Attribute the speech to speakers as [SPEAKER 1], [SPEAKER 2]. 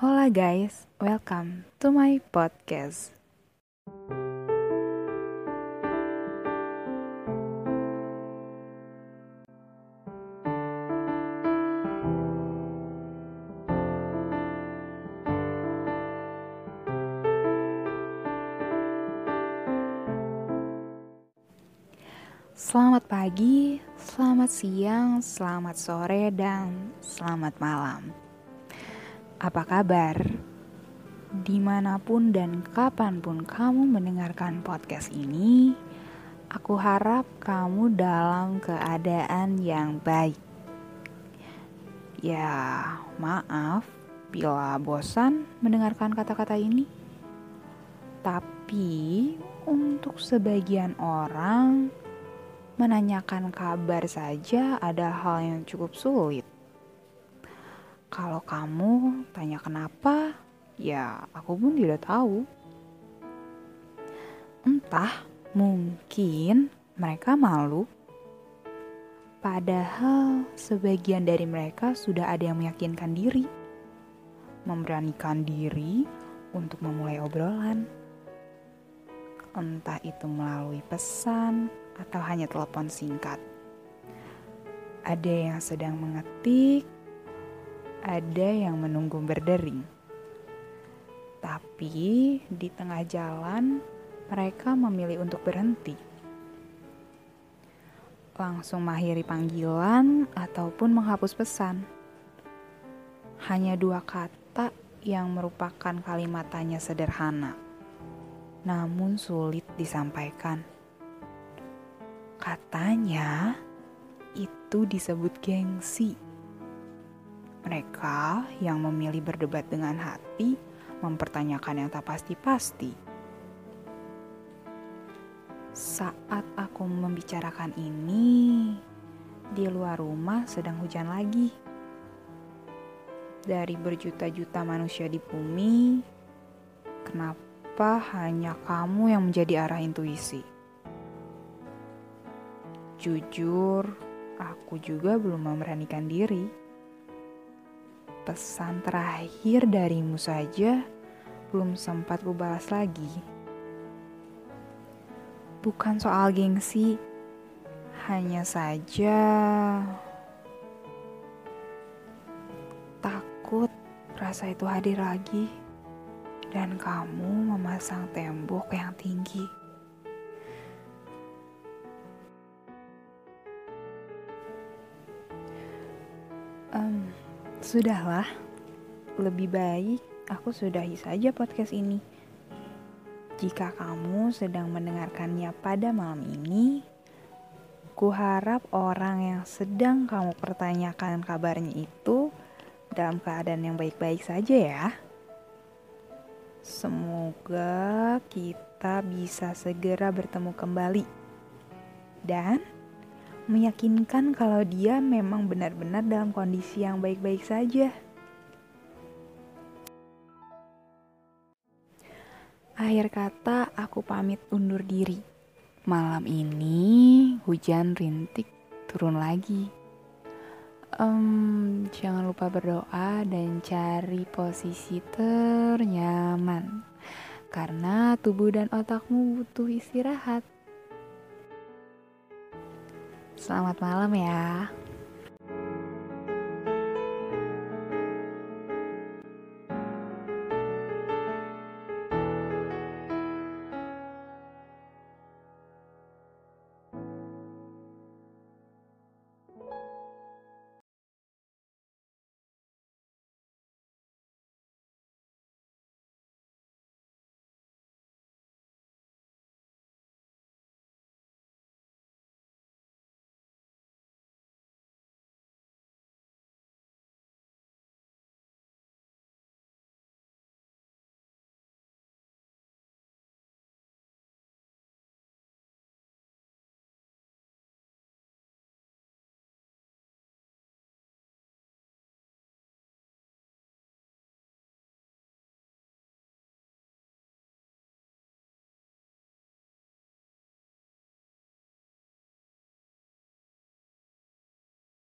[SPEAKER 1] Hola guys, welcome to my podcast. Selamat pagi, selamat siang, selamat sore, dan selamat malam. Apa kabar? Dimanapun dan kapanpun kamu mendengarkan podcast ini, aku harap kamu dalam keadaan yang baik. Ya, maaf bila bosan mendengarkan kata-kata ini. Tapi untuk sebagian orang, menanyakan kabar saja ada hal yang cukup sulit. Kalau kamu tanya kenapa, ya aku pun tidak tahu. Entah, mungkin mereka malu. Padahal sebagian dari mereka sudah ada yang meyakinkan diri, memberanikan diri untuk memulai obrolan. Entah itu melalui pesan atau hanya telepon singkat. Ada yang sedang mengetik, ada yang menunggu berdering. Tapi di tengah jalan mereka memilih untuk berhenti. Langsung mengakhiri panggilan ataupun menghapus pesan. Hanya 2 kata yang merupakan kalimat tanya sederhana, namun sulit disampaikan. Katanya itu disebut gengsi. Mereka yang memilih berdebat dengan hati, mempertanyakan yang tak pasti-pasti. Saat aku membicarakan ini, di luar rumah sedang hujan lagi. Dari berjuta-juta manusia di bumi, kenapa hanya kamu yang menjadi arah intuisi? Jujur, aku juga belum memberanikan diri. Pesan terakhir darimu saja belum sempat kubalas lagi. Bukan soal gengsi, hanya saja takut rasa itu hadir lagi dan kamu memasang tembok yang tinggi. Sudahlah, lebih baik aku sudahi saja podcast ini. Jika kamu sedang mendengarkannya pada malam ini, kuharap orang yang sedang kamu pertanyakan kabarnya itu dalam keadaan yang baik-baik saja ya. Semoga kita bisa segera bertemu kembali dan meyakinkan kalau dia memang benar-benar dalam kondisi yang baik-baik saja. Akhir kata, aku pamit undur diri. Malam ini hujan rintik turun lagi. Jangan lupa berdoa dan cari posisi ternyaman, karena tubuh dan otakmu butuh istirahat. Selamat malam ya.